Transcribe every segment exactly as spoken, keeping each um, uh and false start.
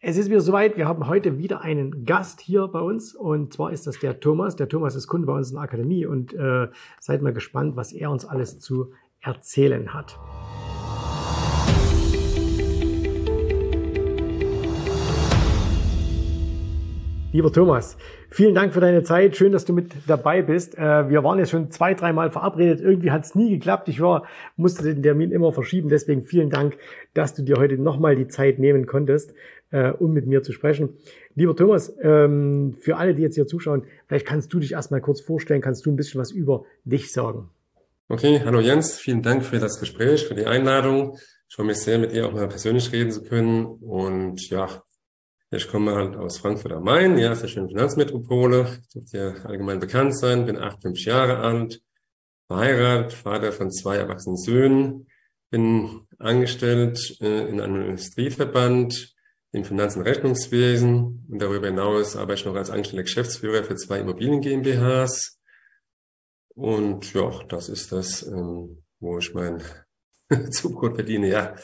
Es ist wieder soweit. Wir haben heute wieder einen Gast hier bei uns und zwar ist das der Thomas. Der Thomas ist Kunde bei uns in der Akademie und äh, seid mal gespannt, was er uns alles zu erzählen hat. Lieber Thomas, vielen Dank für deine Zeit. Schön, dass du mit dabei bist. Wir waren jetzt schon zwei, dreimal verabredet. Irgendwie hat es nie geklappt. Ich war, musste den Termin immer verschieben. Deswegen vielen Dank, dass du dir heute nochmal die Zeit nehmen konntest, um mit mir zu sprechen. Lieber Thomas, für alle, die jetzt hier zuschauen, vielleicht kannst du dich erstmal kurz vorstellen. Kannst du ein bisschen was über dich sagen? Okay, hallo Jens. Vielen Dank für das Gespräch, für die Einladung. Ich freue mich sehr, mit dir auch mal persönlich reden zu können. Und ja, ich komme halt aus Frankfurt am Main, ja, ist eine schöne Finanzmetropole, dürfte ja allgemein bekannt sein, bin achtundfünfzig Jahre alt, verheiratet, Vater von zwei erwachsenen Söhnen, bin angestellt äh, in einem Industrieverband im Finanz- und Rechnungswesen und darüber hinaus arbeite ich noch als angestellter Geschäftsführer für zwei Immobilien GmbHs und ja, das ist das, ähm, wo ich mein Zubrot verdiene, ja.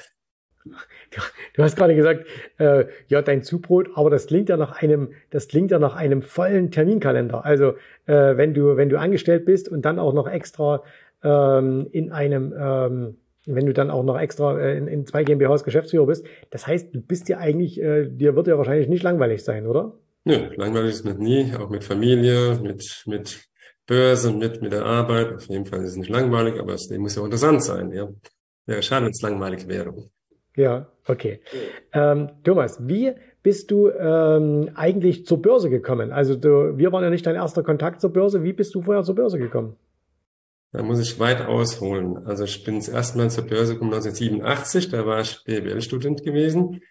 Du hast gerade gesagt, äh, ja, dein Zubrot, aber das klingt ja nach einem, das klingt ja nach einem vollen Terminkalender. Also äh, wenn du, wenn du angestellt bist und dann auch noch extra ähm, in einem, ähm, wenn du dann auch noch extra äh, in, in zwei GmbHs Geschäftsführer bist, das heißt, du bist ja eigentlich, äh, dir wird ja wahrscheinlich nicht langweilig sein, oder? Nö, langweilig ist mir nie, auch mit Familie, mit mit Börse, mit mit der Arbeit. Auf jeden Fall ist es nicht langweilig, aber es muss ja auch interessant sein, ja. Wäre schade, wenn es langweilig wäre. Ja, okay. Ähm, Thomas, wie bist du ähm, eigentlich zur Börse gekommen? Also du, wir waren ja nicht dein erster Kontakt zur Börse. Wie bist du vorher zur Börse gekommen? Da muss ich weit ausholen. Also ich bin das erste Mal zur Börse gekommen neunzehnhundertsiebenundachtzig, da war ich B W L-Student gewesen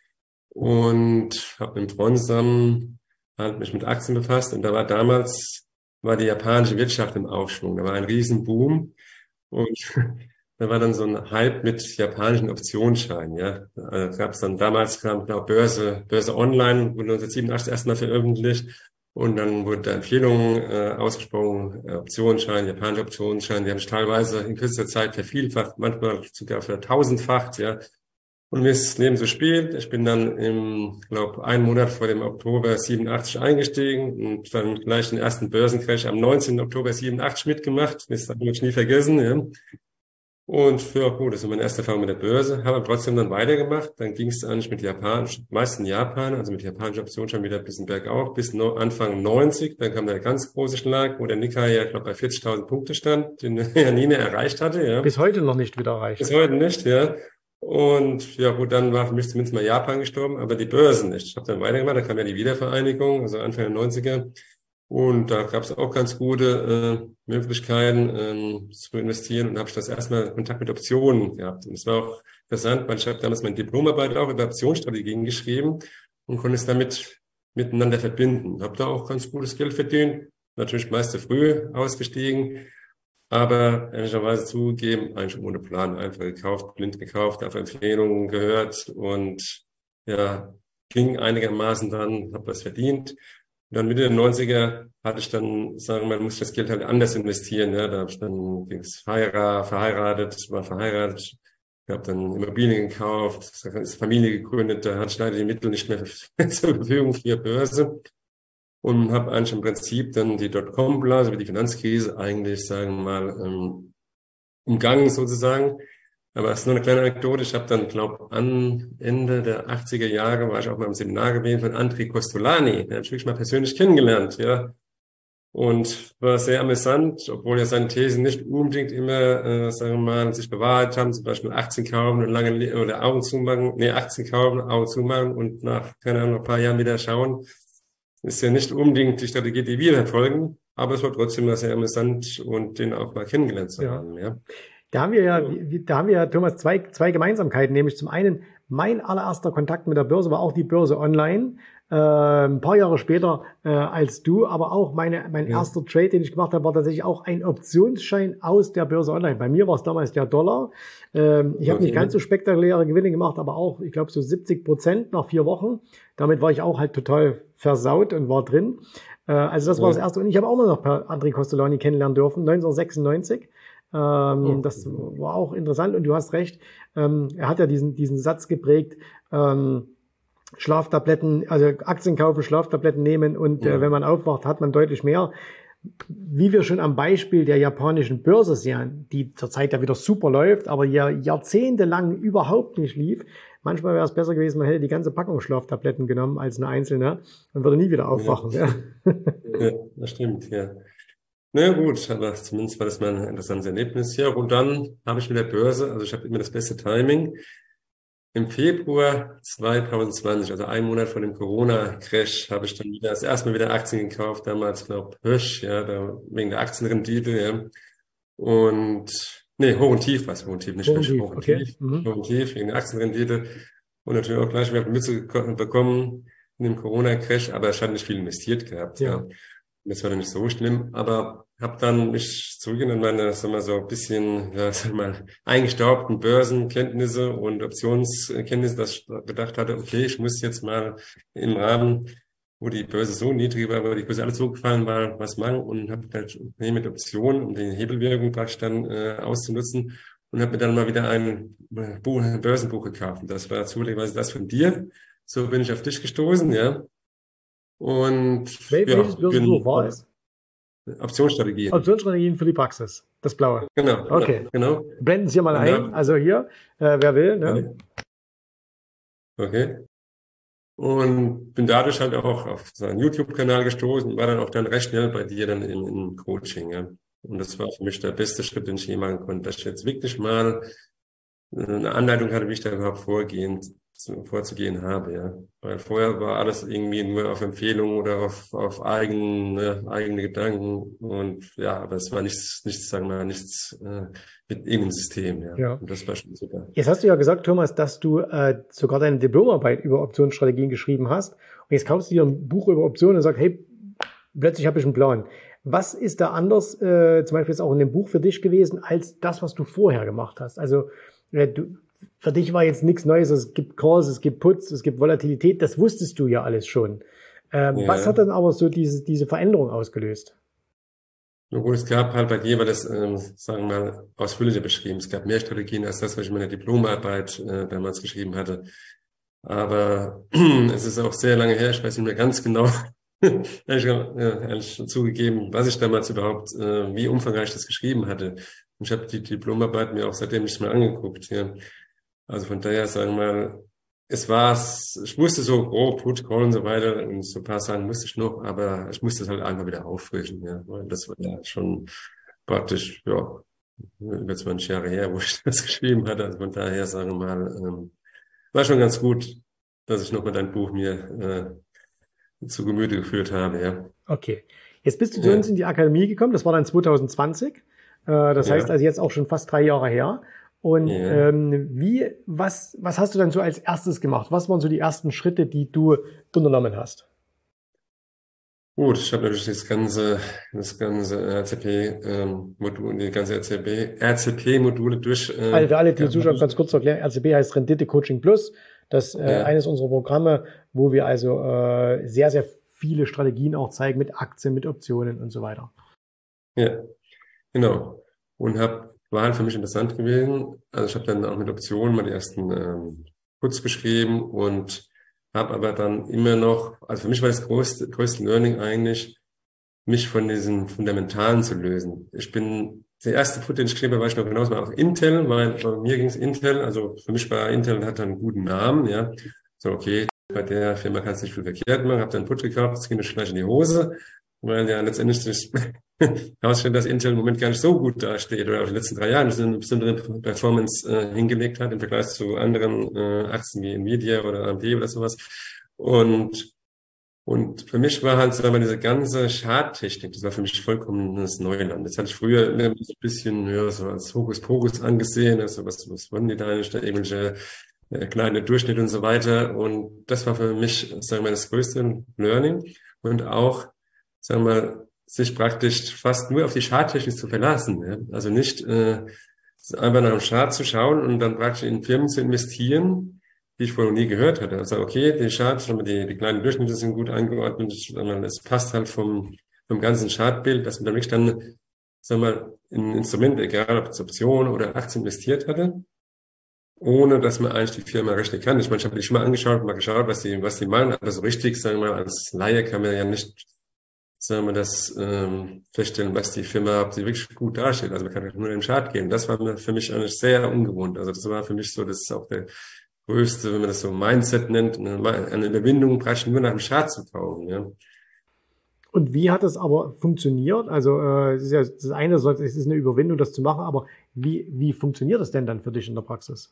und habe im Freund zusammen halt mich mit Aktien befasst. Und da war damals, war die japanische Wirtschaft im Aufschwung. Da war ein Riesenboom und da war dann so ein Hype mit japanischen Optionsscheinen, ja. Da gab es dann, damals kam genau Börse, Börse Online, wurde neunzehnhundertsiebenundachtzig erstmal veröffentlicht. Und dann wurde da Empfehlungen äh, ausgesprochen, äh, Optionsscheine, japanische Optionsscheine, die haben sich teilweise in kürzester Zeit vervielfacht, manchmal sogar vertausendfacht, ja. Und mir ist das Leben so spielt. Ich bin dann im, glaube einen Monat vor dem Oktober siebenundachtzig eingestiegen und dann gleich den ersten Börsencrash am neunzehnten Oktober siebenundachtzig mitgemacht. Das habe ich nie vergessen, ja. Und für, gut, das ist meine erste Erfahrung mit der Börse, habe aber trotzdem dann weitergemacht. Dann ging es eigentlich mit Japan, meisten Japan, also mit japanischen Optionsscheinen wieder ein bisschen bergauf, bis no, Anfang neunzig. Dann kam der ganz große Schlag, wo der Nikkei ja, glaube bei vierzigtausend Punkte stand, den er nie mehr erreicht hatte. Ja. Bis heute noch nicht wieder erreicht. Bis heute nicht, ja. Und ja gut, dann war für mich zumindest mal Japan gestorben, aber die Börsen nicht. Ich habe dann weitergemacht, da kam ja die Wiedervereinigung, also Anfang der neunziger. Und da gab es auch ganz gute äh, Möglichkeiten ähm, zu investieren und habe ich das erstmal Kontakt mit Optionen gehabt. Und es war auch interessant, weil ich habe damals meine Diplomarbeit auch über Optionsstrategien geschrieben und konnte es damit miteinander verbinden. Habe da auch ganz gutes Geld verdient, natürlich meist zu früh ausgestiegen, aber ehrlicherweise zugegeben, eigentlich ohne Plan, einfach gekauft, blind gekauft, auf Empfehlungen gehört und ja, ging einigermaßen dann, habe was verdient. Und dann Mitte der neunziger hatte ich dann, sagen wir mal, musste ich das Geld halt anders investieren. Ja, da habe ich dann ging's verheiratet, verheiratet, war verheiratet, ich habe dann Immobilien gekauft, ist Familie gegründet, da hatte ich leider die Mittel nicht mehr zur Verfügung für Börse und habe eigentlich im Prinzip dann die Dotcom-Blase, wie die Finanzkrise eigentlich, sagen wir mal, ähm, umgangen sozusagen. Aber es ist nur eine kleine Anekdote. Ich habe dann, glaube an Ende der achtziger Jahre war ich auch mal im Seminar gewesen von André Costolani. Den habe ich wirklich mal persönlich kennengelernt, ja. Und war sehr amüsant, obwohl ja seine Thesen nicht unbedingt immer, äh, sagen wir mal, sich bewahrheitet haben. Zum Beispiel Aktien kaufen und lange Le oder Augen zumachen, nee, Aktien kaufen, Augen zumachen und nach, keine Ahnung, ein paar Jahren wieder schauen. Ist ja nicht unbedingt die Strategie, die wir verfolgen, aber es war trotzdem mal sehr amüsant und den auch mal kennengelernt zu haben, ja. Da haben wir ja, da haben wir ja, Thomas, zwei, zwei Gemeinsamkeiten, nämlich zum einen, mein allererster Kontakt mit der Börse war auch die Börse Online, äh, ein paar Jahre später äh, als du, aber auch meine, mein ja. erster Trade, den ich gemacht habe, war tatsächlich auch ein Optionsschein aus der Börse Online. Bei mir war es damals der Dollar. Ähm, ich habe okay. nicht ganz so spektakuläre Gewinne gemacht, aber auch, ich glaube, so siebzig Prozent nach vier Wochen. Damit war ich auch halt total versaut und war drin. Äh, also das ja. war das erste. Und ich habe auch mal noch André Costolani kennenlernen dürfen, neunzehnhundertsechsundneunzig. Ähm, das war auch interessant und du hast recht. Ähm, er hat ja diesen, diesen Satz geprägt, ähm, Schlaftabletten, also Aktien kaufen, Schlaftabletten nehmen und Ja. äh, wenn man aufwacht, hat man deutlich mehr. Wie wir schon am Beispiel der japanischen Börse sehen, die zurzeit ja wieder super läuft, aber ja jahrzehntelang überhaupt nicht lief. Manchmal wäre es besser gewesen, man hätte die ganze Packung Schlaftabletten genommen als eine einzelne und würde nie wieder aufwachen. Ja, Ja. ja, das stimmt, ja. Na ja, gut, aber zumindest war das mal ein interessantes Erlebnis. Ja, und dann habe ich mit der Börse, also ich habe immer das beste Timing. Im Februar zwanzig zwanzig, also einen Monat vor dem Corona-Crash, habe ich dann wieder das erste Mal wieder Aktien gekauft, damals, glaube ich, Hirsch, ja, da, wegen der Aktienrendite, ja. Und, nee, Hoch und Tief, was Hoch und Tief, nicht Hoch und Hirsch, tief, Hoch und okay. Tief, Mhm. Hoch und Tief, wegen der Aktienrendite. Und natürlich auch gleich wieder Mütze bekommen in dem Corona-Crash, aber ich hatte nicht viel investiert gehabt, ja. Ja. Das war dann nicht so schlimm, aber habe dann mich zurückgenommen, meine, sagen wir so ein bisschen, ja, sag mal, eingestaubten Börsenkenntnisse und Optionskenntnisse, dass ich gedacht hatte, okay, ich muss jetzt mal im Rahmen, wo die Börse so niedrig war, wo die Kurse alles so gefallen war, was machen und habe halt nee, mit Optionen, um die Hebelwirkung praktisch dann äh, auszunutzen und habe mir dann mal wieder ein Buch, ein Börsenbuch gekauft. Und das war zufälligerweise das von dir. So bin ich auf dich gestoßen, ja. Und Wel ja, welches Börsenbuch bin war es? Optionsstrategien. Optionsstrategien für die Praxis. Das blaue. Genau, genau, Okay. genau. Blenden Sie hier mal Und ein. da, Also hier, äh, wer will, ne? okay. Und bin dadurch halt auch auf seinen YouTube-Kanal gestoßen und war dann auch dann recht schnell bei dir dann im, im Coaching, ja. Und das war für mich der beste Schritt, den ich je machen konnte, dass ich jetzt wirklich mal eine Anleitung hatte, wie ich da überhaupt vorgehend, vorzugehen habe, ja. Weil vorher war alles irgendwie nur auf Empfehlung oder auf, auf eigene, eigene Gedanken und ja, aber es war nichts, nichts, sagen wir mal, nichts äh, mit irgendeinem System, ja. Ja. Und das war schon super. Jetzt hast du ja gesagt, Thomas, dass du äh, sogar deine Diplomarbeit über Optionsstrategien geschrieben hast. Und jetzt kaufst du dir ein Buch über Optionen und sagst, hey, plötzlich habe ich einen Plan. Was ist da anders, äh, zum Beispiel jetzt auch in dem Buch für dich gewesen, als das, was du vorher gemacht hast? Also äh, du, für dich war jetzt nichts Neues. Es gibt Calls, es gibt Puts, es gibt Volatilität. Das wusstest du ja alles schon. Ähm, Ja. Was hat dann aber so diese, diese Veränderung ausgelöst? Na gut, es gab halt bei dir, war das, ähm, sagen wir mal, ausführlicher beschrieben. Es gab mehr Strategien als das, was ich in meiner Diplomarbeit äh, damals geschrieben hatte. Aber es ist auch sehr lange her, ich weiß nicht mehr ganz genau, ehrlich, äh, ehrlich zugegeben, was ich damals überhaupt, äh, wie umfangreich das geschrieben hatte. Und ich habe die Diplomarbeit mir auch seitdem nicht mehr angeguckt. Ja. Also von daher, sagen wir mal, es war's, ich wusste so grob, Put, Call und so weiter und so ein paar Sachen musste ich noch, aber ich musste es halt einfach wieder auffrischen, ja, weil das war ja schon praktisch, ja, über zwanzig Jahre her, wo ich das geschrieben hatte. Also von daher, sagen wir mal, ähm, war schon ganz gut, dass ich nochmal dein Buch mir äh, zu Gemüte geführt habe, ja. Okay. Jetzt bist du zu Ja, uns in die Akademie gekommen. Das war dann zwanzig zwanzig. Äh, das heißt ja, also jetzt auch schon fast drei Jahre her. Und ja. ähm, wie, was, was hast du dann so als erstes gemacht? Was waren so die ersten Schritte, die du unternommen hast? Gut, ich habe natürlich das ganze, das ganze R C P-Modul, die ganze R C P, R C P-Module durch. Äh, Also für alle, die zuschauen, gearbeitet. ganz kurz zu erklären, R C B heißt Rendite Coaching Plus. Das ist äh, Ja, eines unserer Programme, wo wir also äh, sehr, sehr viele Strategien auch zeigen mit Aktien, mit Optionen und so weiter. ja, genau. Und hab, war halt für mich interessant gewesen. Also ich habe dann auch mit Optionen mal die ersten ähm, Puts geschrieben und habe aber dann immer noch, also für mich war das größte, größte Learning eigentlich, mich von diesen Fundamentalen zu lösen. Ich bin, der erste Put, den ich geschrieben habe, war ich noch genauso mal auf Intel, weil bei mir ging es Intel, also für mich war Intel, hat einen guten Namen, ja. So, okay, bei der Firma kannst du nicht viel verkehrt machen, habe dann einen Put gekauft, das ging natürlich gleich in die Hose, weil ja letztendlich sich herausstellt, dass Intel im Moment gar nicht so gut dasteht oder auch in den letzten drei Jahren nicht eine besondere Performance äh, hingelegt hat im Vergleich zu anderen äh, Aktien wie Nvidia oder A M D oder sowas. Und und für mich war halt, sagen wir, diese ganze Charttechnik, das war für mich vollkommenes Neuland. Das hatte ich früher immer so ein bisschen, ja, so als Hokuspokus angesehen, also was, was wollen die da eigentlich, da irgendwelche äh, kleine Durchschnitte und so weiter. Und das war für mich, sagen wir, das größte Learning. Und auch, sagen wir, sich praktisch fast nur auf die Charttechnik zu verlassen. Ja? Also nicht äh, einfach nach dem Chart zu schauen und dann praktisch in Firmen zu investieren, die ich vorher noch nie gehört hatte. Also okay, die Charts, die, die kleinen Durchschnitte sind gut eingeordnet, es passt halt vom, vom ganzen Chartbild, dass man dann wirklich dann, sagen wir mal, in Instrumente, egal ob es Optionen oder Aktien investiert hatte. ohne dass man eigentlich die Firma richtig kann. Ich meine, ich habe mich mal angeschaut, mal geschaut, was die, was die machen, aber so richtig, sagen wir mal, als Laie kann man ja nicht, sagen wir, das ähm, feststellen, was die Firma, ob sie wirklich gut dasteht. Also man kann nur den Chart geben. Das war mir für mich eigentlich sehr ungewohnt. Also das war für mich so, das ist auch der größte, wenn man das so Mindset nennt, eine, eine Überwindung, praktisch nur nach dem Chart zu tauchen. Ja. Und wie hat das aber funktioniert? Also äh, es ist ja das eine, es ist eine Überwindung, das zu machen, aber wie, wie funktioniert das denn dann für dich in der Praxis?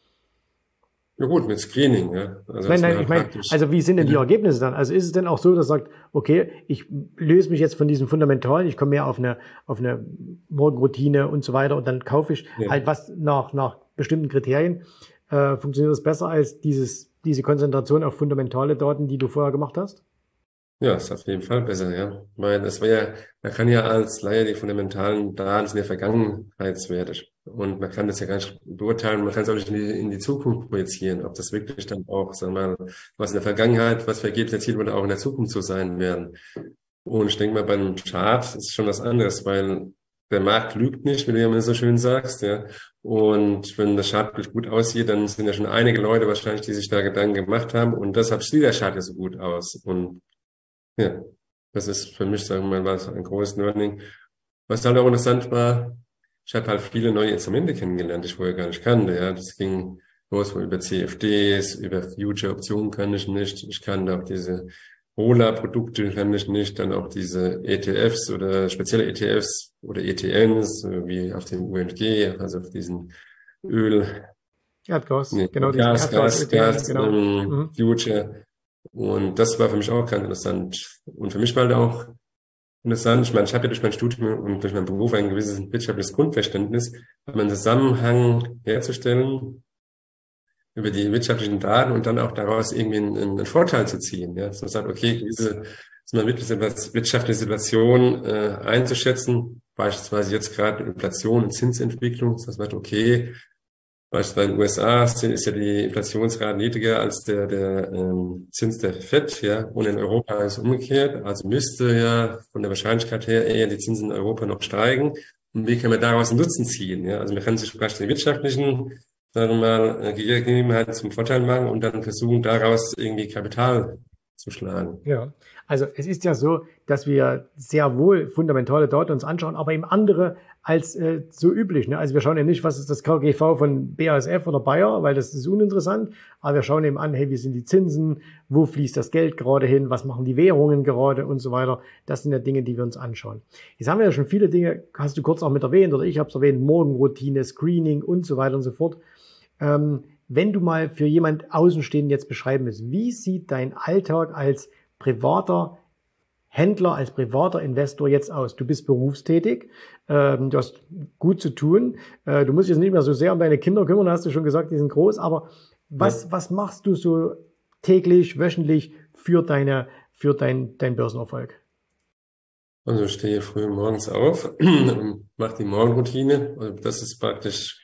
Ja gut, mit Screening, ja. Also Nein, dass man nein, ich halt meine, praktisch, also wie sind denn die ja, Ergebnisse dann? Also ist es denn auch so, dass sagt, okay, ich löse mich jetzt von diesem Fundamentalen, ich komme mehr auf eine, auf eine Morgenroutine und so weiter und dann kaufe ich ja. halt was nach, nach bestimmten Kriterien. Äh, funktioniert das besser als dieses, diese Konzentration auf fundamentale Daten, die du vorher gemacht hast? Ja, ist auf jeden Fall besser, ja. Weil das war ja, man kann ja als Laie die fundamentalen Daten sind ja Vergangenheitswerte. Und man kann das ja gar nicht beurteilen, man kann es auch nicht in die, in die Zukunft projizieren, ob das wirklich dann auch, sagen wir mal, was in der Vergangenheit, was für Ergebnisse erzielt wurde, auch in der Zukunft so sein werden. Und ich denke mal, bei einem Chart ist es schon was anderes, weil der Markt lügt nicht, wie du ja immer so schön sagst, ja. Und wenn das Chartbild gut aussieht, dann sind ja schon einige Leute wahrscheinlich, die sich da Gedanken gemacht haben. Und deshalb sieht der Chart ja so gut aus. Und ja, das ist für mich, sagen wir mal, was ein großes Learning. Was halt auch interessant war, ich habe halt viele neue Instrumente kennengelernt, die ich vorher gar nicht kannte. Ja, das ging los von über C F Ds, über Future Optionen kann ich nicht. Ich kannte auch diese Roller-Produkte kann ich nicht, dann auch diese E T Fs oder spezielle E T Fs oder E T Ns, äh, wie auf dem U N G, also auf diesen Öl, Erdgas, nee, genau, diesen Gas, Gas, Erdgas-E T N, Gas, genau. ähm, Mhm. Future. Und das war für mich auch ganz interessant. Und für mich war halt auch interessant, ich meine, ich habe ja durch mein Studium und durch meinen Beruf ein gewisses wirtschaftliches Grundverständnis, aber einen Zusammenhang herzustellen über die wirtschaftlichen Daten und dann auch daraus irgendwie einen, einen Vorteil zu ziehen. Ja, dass man sagt, okay, diese ist mal wirklich wirtschaftliche Situation äh, einzuschätzen, beispielsweise jetzt gerade Inflation und Zinsentwicklung, dass man sagt, okay, beispielsweise in den U S A ist ja die Inflationsrate niedriger als der, der ähm, Zins der Fed, ja, und in Europa ist es umgekehrt. Also müsste ja von der Wahrscheinlichkeit her eher die Zinsen in Europa noch steigen. Und wie kann man daraus einen Nutzen ziehen? Ja, also man kann sich praktisch den wirtschaftlichen, sagen wir mal, äh, Gegebenheiten zum Vorteil machen und dann versuchen, daraus irgendwie Kapital zu schlagen. Ja, also es ist ja so, dass wir sehr wohl fundamentale Daten uns anschauen, aber eben andere als äh, so üblich. Ne? Also wir schauen eben nicht, was ist das K G V von B A S F oder Bayer, weil das ist uninteressant. Aber wir schauen eben an, hey, wie sind die Zinsen, wo fließt das Geld gerade hin, was machen die Währungen gerade und so weiter. Das sind ja Dinge, die wir uns anschauen. Jetzt haben wir ja schon viele Dinge, hast du kurz auch mit erwähnt oder ich habe es erwähnt, Morgenroutine, Screening und so weiter und so fort. Ähm, wenn du mal für jemand Außenstehenden jetzt beschreiben willst, wie sieht dein Alltag als privater Händler, als privater Investor jetzt aus? Du bist berufstätig, ähm, du hast gut zu tun, äh, du musst dich jetzt nicht mehr so sehr um deine Kinder kümmern, hast du schon gesagt, die sind groß, aber was, Ja. was machst du so täglich, wöchentlich für deine, für dein, dein Börsenerfolg? Also ich stehe früh morgens auf und mache die Morgenroutine. Also das ist praktisch,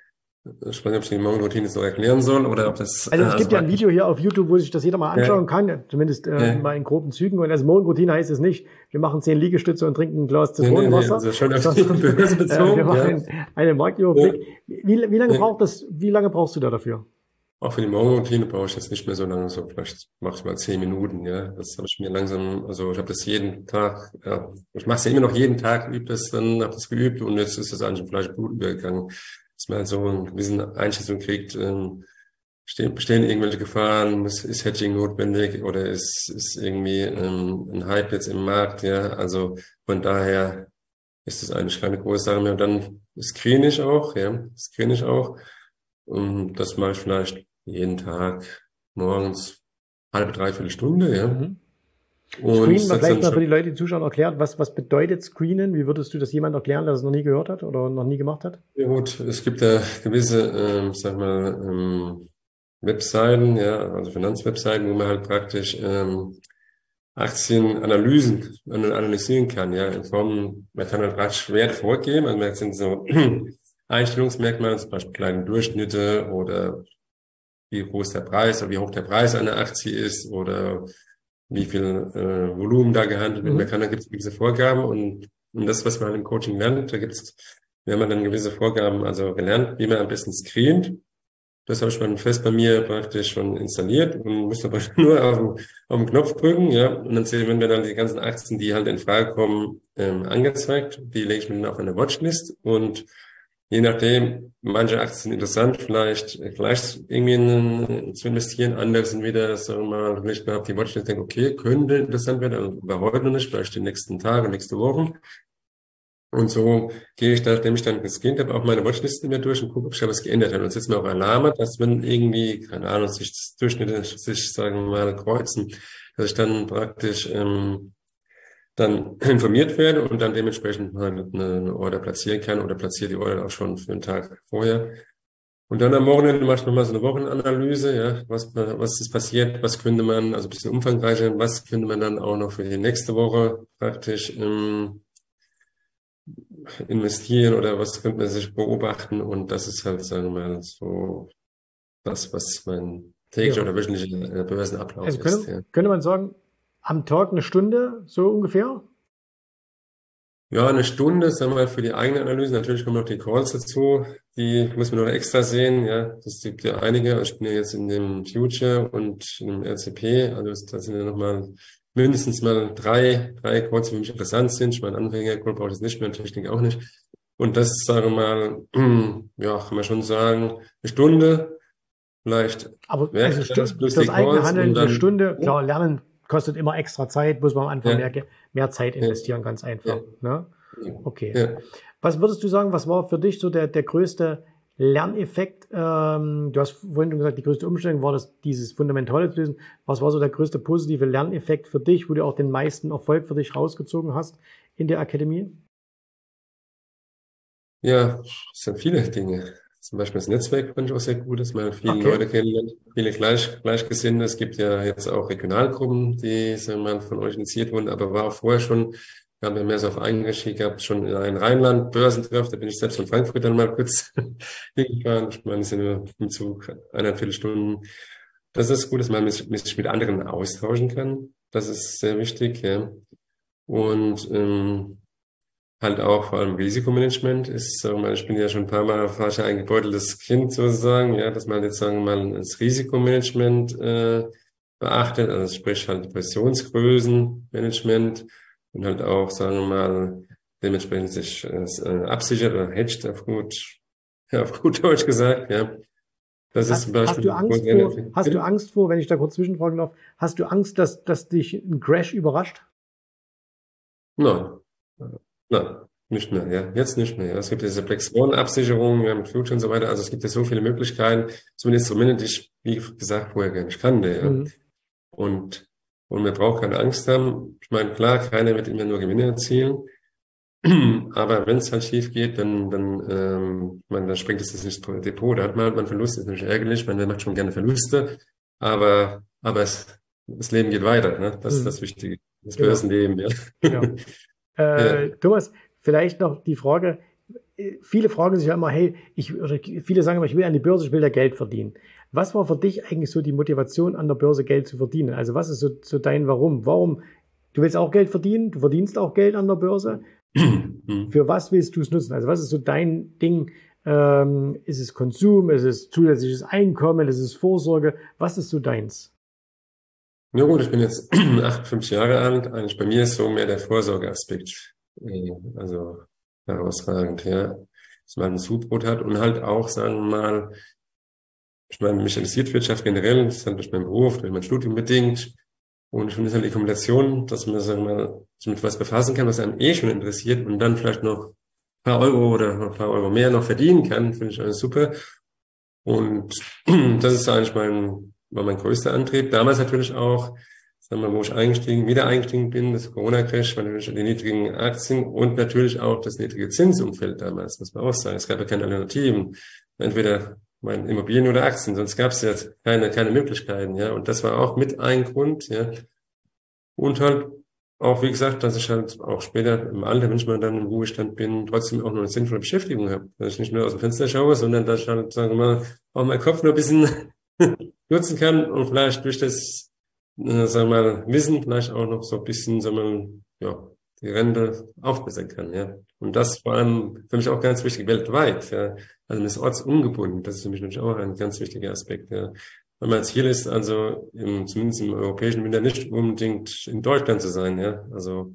ich weiß nicht, ob ich die Morgenroutine so erklären soll oder ob das, äh, Also es also gibt ja ein praktisch, Video hier auf YouTube, wo sich das jeder mal ja, anschauen kann, zumindest äh, ja, mal in groben Zügen. Und als Morgenroutine heißt es nicht, wir machen zehn Liegestütze und trinken ein Glas nee, nee, nee, Zitronenwasser, also schon auf die sondern Börse äh, wir bezogen, ja, machen einen ja, Marktüberblick. Wie, wie lange ja. braucht das, wie lange brauchst du da dafür? Auch für die Morgenroutine brauche ich jetzt nicht mehr so lange, so vielleicht mache ich mal zehn Minuten, ja. Das habe ich mir langsam, also ich habe das jeden Tag, ja, ich mache es ja immer noch jeden Tag, übe das dann, habe das geübt und jetzt ist das eigentlich im Fleisch und Blut übergegangen, dass man halt so eine gewisse Einschätzung kriegt, ähm, stehen, bestehen irgendwelche Gefahren, ist, ist Hedging notwendig oder ist, ist irgendwie ähm, ein Hype jetzt im Markt, ja. Also von daher ist es eigentlich keine große Sache mehr. Und dann screen ich auch, ja, screen ich auch. Und das mache ich vielleicht jeden Tag morgens halbe, dreiviertel Stunde, ja. Mhm. Und Screenen, mal setze vielleicht dann mal für schon, die Leute, die zuschauen, erklärt, was, was bedeutet Screenen? Wie würdest du das jemand erklären, der das noch nie gehört hat oder noch nie gemacht hat? ja gut, es gibt ja gewisse, ähm, sag mal, ähm, Webseiten, ja, also Finanzwebseiten, wo man halt praktisch ähm, Aktienanalysen an- analysieren kann, ja, in Form, man kann halt praktisch Werte vorgeben, also man sind so Einstellungsmerkmale, zum Beispiel kleine Durchschnitte oder wie groß der Preis oder wie hoch der Preis einer Aktie ist oder wie viel äh, Volumen da gehandelt wird. Man Mhm. kann, da gibt es gewisse Vorgaben und, und das, was man halt im Coaching lernt, da gibt es, wir haben dann gewisse Vorgaben, also gelernt, wie man am besten screent. Das habe ich dann fest bei mir praktisch schon installiert und muss aber nur auf den, auf den Knopf drücken, ja. Und dann sehen wir dann die ganzen Aktien, die halt in Frage kommen, ähm, angezeigt. Die lege ich mir dann auf eine Watchlist und je nachdem, manche Aktien sind interessant, vielleicht gleich irgendwie in, zu investieren, andere sind wieder, sagen wir mal, vielleicht mal auf die Watchlist denke, okay, könnte interessant werden, aber heute noch nicht, vielleicht die nächsten Tage, nächste Woche. Und so gehe ich, nachdem ich dann gescannt habe, auch meine Watchliste mir durch und gucke, ob sich da was geändert hat. Und setze mir auch Alarme, dass wenn irgendwie, keine Ahnung, sich Durchschnitte sich, sagen wir mal, kreuzen, dass ich dann praktisch ähm, dann informiert werde und dann dementsprechend mal eine, eine Order platzieren kann oder platziere die Order auch schon für einen Tag vorher. Und dann am Wochenende mache ich nochmal so eine Wochenanalyse, ja, was, was ist passiert, was könnte man, also ein bisschen umfangreicher, was könnte man dann auch noch für die nächste Woche praktisch ähm, investieren oder was könnte man sich beobachten und das ist halt, sagen wir mal, so das, was mein täglicher Ja. oder wöchentlicher Börsenablauf Also ist. könnte, Ja. könnte man sagen, am Tag eine Stunde, so ungefähr? Ja, eine Stunde, sagen wir mal, für die eigene Analyse. Natürlich kommen noch die Calls dazu, die muss man noch extra sehen. Ja, das gibt ja einige. Ich bin ja jetzt in dem Future und im R C P, also da sind ja nochmal mindestens mal drei, drei Calls, die für mich interessant sind. Ich meine, Anfänger-Call brauche ich jetzt nicht mehr, Technik auch nicht. Und das, sagen wir mal, ja, kann man schon sagen, eine Stunde, vielleicht Aber also Werkglas Stu- plus fürs die eigene Calls Handeln und eine dann, Stunde, klar, lernen kostet immer extra Zeit, muss man am Anfang mehr, ja, Ge- mehr Zeit ja, investieren, ganz einfach. ja, Ne? ja, Okay. ja. Was würdest du sagen, was war für dich so der, der größte Lerneffekt? Ähm, du hast vorhin schon gesagt, die größte Umstellung war das, dieses Fundamentale zu lösen. Was war so der größte positive Lerneffekt für dich, wo du auch den meisten Erfolg für dich rausgezogen hast in der Akademie? Ja, es sind viele Dinge. Zum Beispiel das Netzwerk fand ich auch sehr gut, dass man viele Okay. Leute kennenlernt, viele Gleich, Gleichgesinnte. Es gibt ja jetzt auch Regionalgruppen, die, sagen wir mal, von euch initiiert wurden, aber war auch vorher schon, wir haben ja mehr so auf Eigenregie gehabt, schon in einem Rheinland, Börsentreff, da bin ich selbst von Frankfurt dann mal kurz hingefahren. Ich meine, es sind nur im Zug eineinviertel Stunden. Das ist gut, dass man sich, sich mit anderen austauschen kann. Das ist sehr wichtig, ja. Und ähm, halt auch vor allem Risikomanagement ist, sagen wir mal, ich bin ja schon ein paar Mal falsch eingebeuteltes Kind sozusagen, ja, dass man jetzt, sagen wir mal, das Risikomanagement äh, beachtet, also sprich halt Positionsgrößenmanagement und halt auch, sagen wir mal, dementsprechend sich äh, absichert oder hedgt auf gut, ja, auf gut Deutsch gesagt, ja. Das ist Hast, zum hast du Beispiel, Angst vor, hast du Angst vor, wenn ich da kurz zwischenfragen darf, hast du Angst, dass, dass dich ein Crash überrascht? Nein, nein, nicht mehr, ja, jetzt nicht mehr. Ja. Es gibt diese Black Swan-Absicherung, ja, mit Future und so weiter. Also es gibt ja so viele Möglichkeiten, zumindest Instrumente, die ich, wie gesagt, vorher gar nicht kannte, ja. Mhm. Und, und man braucht keine Angst haben. Ich meine, klar, keiner wird immer nur Gewinne erzielen. Aber wenn es halt schief geht, dann, dann, ähm, man, dann springt es ins Depot. Da hat man halt mal einen Verlust, ist natürlich ärgerlich. Man macht schon gerne Verluste. Aber, aber es, das Leben geht weiter, ne? Das ist Mhm. das Wichtige. Das Genau. Börsenleben, ja. Ja. Äh, Ja. Thomas, vielleicht noch die Frage, äh, viele fragen sich ja immer, hey, ich, oder viele sagen immer, ich will an die Börse, ich will da Geld verdienen. Was war für dich eigentlich so die Motivation, an der Börse Geld zu verdienen? Also was ist so, so dein Warum? Warum? Du willst auch Geld verdienen, du verdienst auch Geld an der Börse. Für was willst du es nutzen? Also was ist so dein Ding? Ähm, ist es Konsum? Ist es zusätzliches Einkommen? Ist es Vorsorge? Was ist so deins? Ja gut, ich bin jetzt achtundfünfzig Jahre alt. Eigentlich bei mir ist so mehr der Vorsorgeaspekt, äh, also herausragend, ja. Dass man ein Zubrot hat und halt auch, sagen wir mal, ich meine, mich interessiert Wirtschaft generell, das ist halt durch meinen Beruf, durch mein Studium bedingt. Und ich finde es halt die Kombination, dass man, sagen wir mal, sich mit was befassen kann, was einem eh schon interessiert und dann vielleicht noch ein paar Euro oder noch ein paar Euro mehr noch verdienen kann, finde ich alles super. Und das ist eigentlich mein, war mein größter Antrieb. Damals natürlich auch, sagen wir, wo ich eingestiegen, wieder eingestiegen bin, das Corona-Crash, war natürlich die niedrigen Aktien und natürlich auch das niedrige Zinsumfeld damals, muss man auch sagen. Es gab ja keine Alternativen. Entweder mein Immobilien oder Aktien, sonst gab es ja keine, keine Möglichkeiten, ja. Und das war auch mit ein Grund, ja. Und halt auch, wie gesagt, dass ich halt auch später im Alter, wenn ich mal dann im Ruhestand bin, trotzdem auch noch eine sinnvolle Beschäftigung habe. Dass ich nicht nur aus dem Fenster schaue, sondern dass ich halt, sagen wir mal, auch meinen Kopf nur ein bisschen nutzen kann und vielleicht durch das, äh, sagen wir mal, Wissen vielleicht auch noch so ein bisschen, sagen wir mal, ja, die Rente aufbessern kann, ja. Und das vor allem für mich auch ganz wichtig weltweit, ja. Also man ist ortsungebunden. Das ist für mich natürlich auch ein ganz wichtiger Aspekt, ja. Weil mein Ziel ist also, im, zumindest im europäischen Winter nicht unbedingt in Deutschland zu sein, ja. Also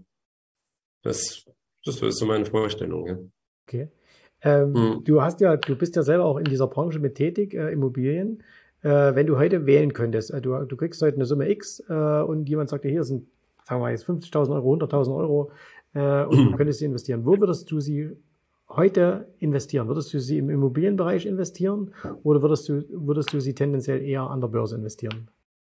das, das ist so meine Vorstellung, ja. Okay. Ähm, Hm. du hast ja, du bist ja selber auch in dieser Branche mit tätig, äh, Immobilien. Äh, wenn du heute wählen könntest, äh, du, du kriegst heute eine Summe X äh, und jemand sagt dir, hier sind, sagen wir mal jetzt fünfzigtausend Euro, hunderttausend Euro äh, und du könntest sie investieren. Wo würdest du sie heute investieren? Würdest du sie im Immobilienbereich investieren oder würdest du, würdest du sie tendenziell eher an der Börse investieren?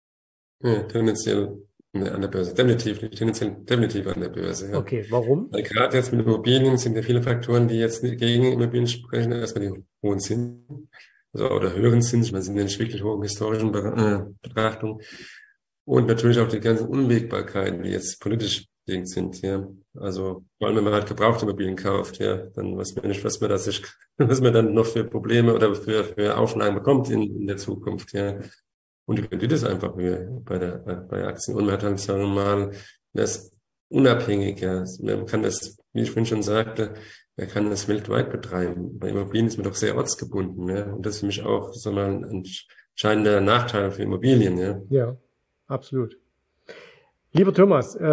Ja, tendenziell ne, an der Börse. Definitiv, nicht tendenziell, definitiv an der Börse, ja. Okay, warum? Weil gerade jetzt mit Immobilien sind ja viele Faktoren, die jetzt nicht gegen Immobilien sprechen. Erstmal die hohen Zinsen, also oder höheren Zinsen, ich meine, sind ja nicht wirklich hohen historischen Be äh, Betrachtungen. Und natürlich auch die ganzen Unwägbarkeiten, die jetzt politisch bedingt sind, ja. Also, vor allem, wenn man halt gebrauchte Immobilien kauft, ja, dann weiß man nicht, was man da sich, was man dann noch für Probleme oder für, für Auflagen bekommt in, in der Zukunft, ja. Und die Rendite ist einfach höher bei der, bei Aktien. Und man hat halt, sagen wir mal, das unabhängig, ja. Man kann das, wie ich vorhin schon sagte, man kann das weltweit betreiben. Bei Immobilien ist man doch sehr ortsgebunden, ja. Und das ist für mich auch, sagen wir mal, ein entscheidender Nachteil für Immobilien, ja. Ja, absolut. Lieber Thomas, äh,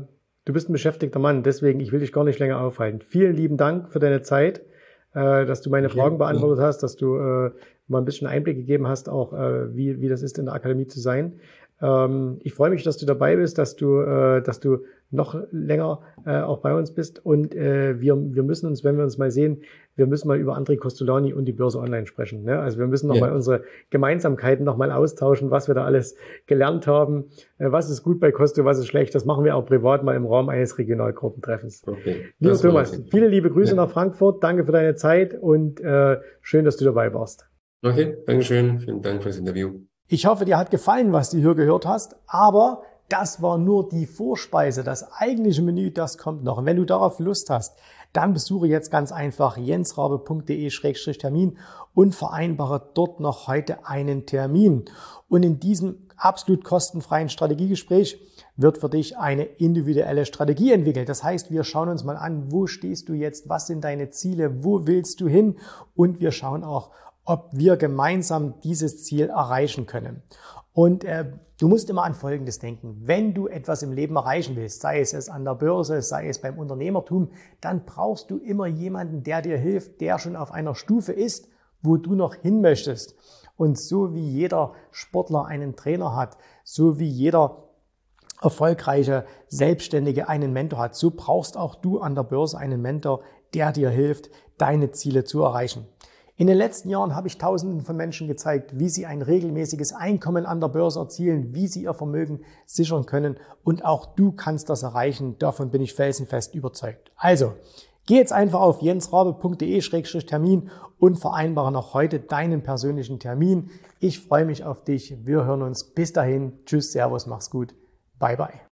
du bist ein beschäftigter Mann, deswegen ich will dich gar nicht länger aufhalten. Vielen lieben Dank für deine Zeit, äh, dass du meine Okay. Fragen beantwortet hast, dass du äh, mal ein bisschen Einblick gegeben hast, auch äh, wie, wie das ist, in der Akademie zu sein. Ähm, ich freue mich, dass du dabei bist, dass du, äh, dass du noch länger äh, auch bei uns bist. Und äh, wir, wir müssen uns, wenn wir uns mal sehen, wir müssen mal über André Kostolany und die Börse Online sprechen. Ne? Also wir müssen noch Ja. mal unsere Gemeinsamkeiten noch mal austauschen, was wir da alles gelernt haben, äh, was ist gut bei Costo, was ist schlecht. Das machen wir auch privat mal im Rahmen eines Regionalgruppentreffens. Okay. Lieber Das war Thomas, okay. viele liebe Grüße Ja. nach Frankfurt. Danke für deine Zeit und äh, schön, dass du dabei warst. Okay, Dankeschön. Vielen Dank fürs Interview. Ich hoffe, dir hat gefallen, was du hier gehört hast, aber das war nur die Vorspeise. Das eigentliche Menü, das kommt noch. Und wenn du darauf Lust hast, dann besuche jetzt ganz einfach jensrabe punkt de Schrägstrich Termin und vereinbare dort noch heute einen Termin. Und in diesem absolut kostenfreien Strategiegespräch wird für dich eine individuelle Strategie entwickelt. Das heißt, wir schauen uns mal an, wo stehst du jetzt, was sind deine Ziele, wo willst du hin und wir schauen auch, ob wir gemeinsam dieses Ziel erreichen können. Und äh, du musst immer an Folgendes denken. Wenn du etwas im Leben erreichen willst, sei es, es an der Börse, sei es beim Unternehmertum, dann brauchst du immer jemanden, der dir hilft, der schon auf einer Stufe ist, wo du noch hin möchtest. Und so wie jeder Sportler einen Trainer hat, so wie jeder erfolgreiche Selbstständige einen Mentor hat, so brauchst auch du an der Börse einen Mentor, der dir hilft, deine Ziele zu erreichen. In den letzten Jahren habe ich Tausenden von Menschen gezeigt, wie sie ein regelmäßiges Einkommen an der Börse erzielen, wie sie ihr Vermögen sichern können und auch du kannst das erreichen. Davon bin ich felsenfest überzeugt. Also, geh jetzt einfach auf jensrabe punkt de Schrägstrich Termin und vereinbare noch heute deinen persönlichen Termin. Ich freue mich auf dich. Wir hören uns. Bis dahin. Tschüss, Servus, mach's gut. Bye, bye.